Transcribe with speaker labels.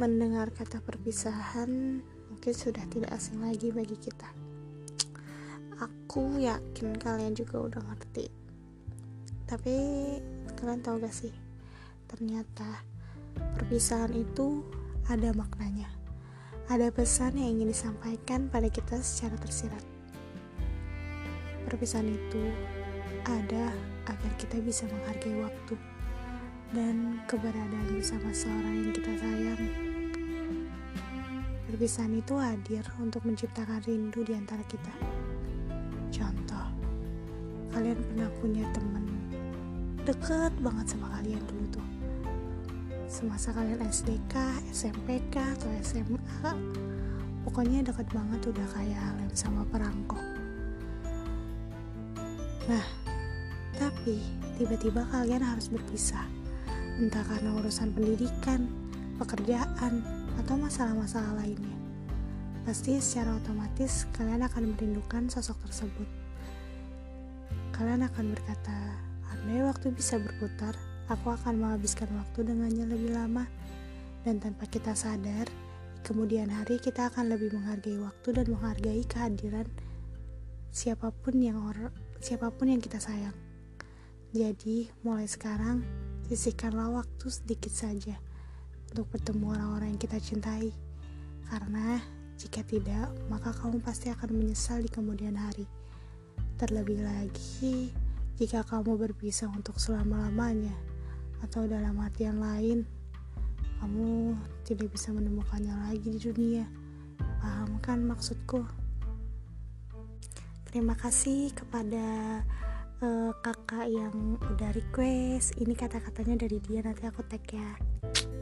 Speaker 1: Mendengar kata perpisahan mungkin sudah tidak asing lagi bagi kita. Aku yakin kalian juga udah ngerti. Tapi kalian tahu gak sih, ternyata perpisahan itu ada maknanya. Ada pesan yang ingin disampaikan pada kita secara tersirat. Perpisahan itu ada agar kita bisa menghargai waktu dan keberadaan bersama seorang yang kita sayang. Perpisahan itu hadir untuk menciptakan rindu di antara kita. Contoh, kalian pernah punya teman deket banget sama kalian dulu tuh. Semasa kalian SDK, SMPK, atau SMA, pokoknya deket banget, udah kayak lem sama perangko. Nah, tapi tiba-tiba kalian harus berpisah. Entah karena urusan pendidikan, pekerjaan, atau masalah-masalah lainnya. Pasti secara otomatis kalian akan merindukan sosok tersebut. Kalian akan berkata, andai waktu bisa berputar, aku akan menghabiskan waktu dengannya lebih lama. Dan tanpa kita sadar, di kemudian hari kita akan lebih menghargai waktu dan menghargai kehadiran siapapun yang kita sayang. Jadi, mulai sekarang, sisihkanlah waktu sedikit saja untuk bertemu orang-orang yang kita cintai. Karena jika tidak, maka kamu pasti akan menyesal di kemudian hari. Terlebih lagi, jika kamu berpisah untuk selama-lamanya, atau dalam artian lain, kamu tidak bisa menemukannya lagi di dunia. Paham kan maksudku? Terima kasih kepada kakak yang udah request. Ini kata-katanya dari dia, nanti aku tag ya.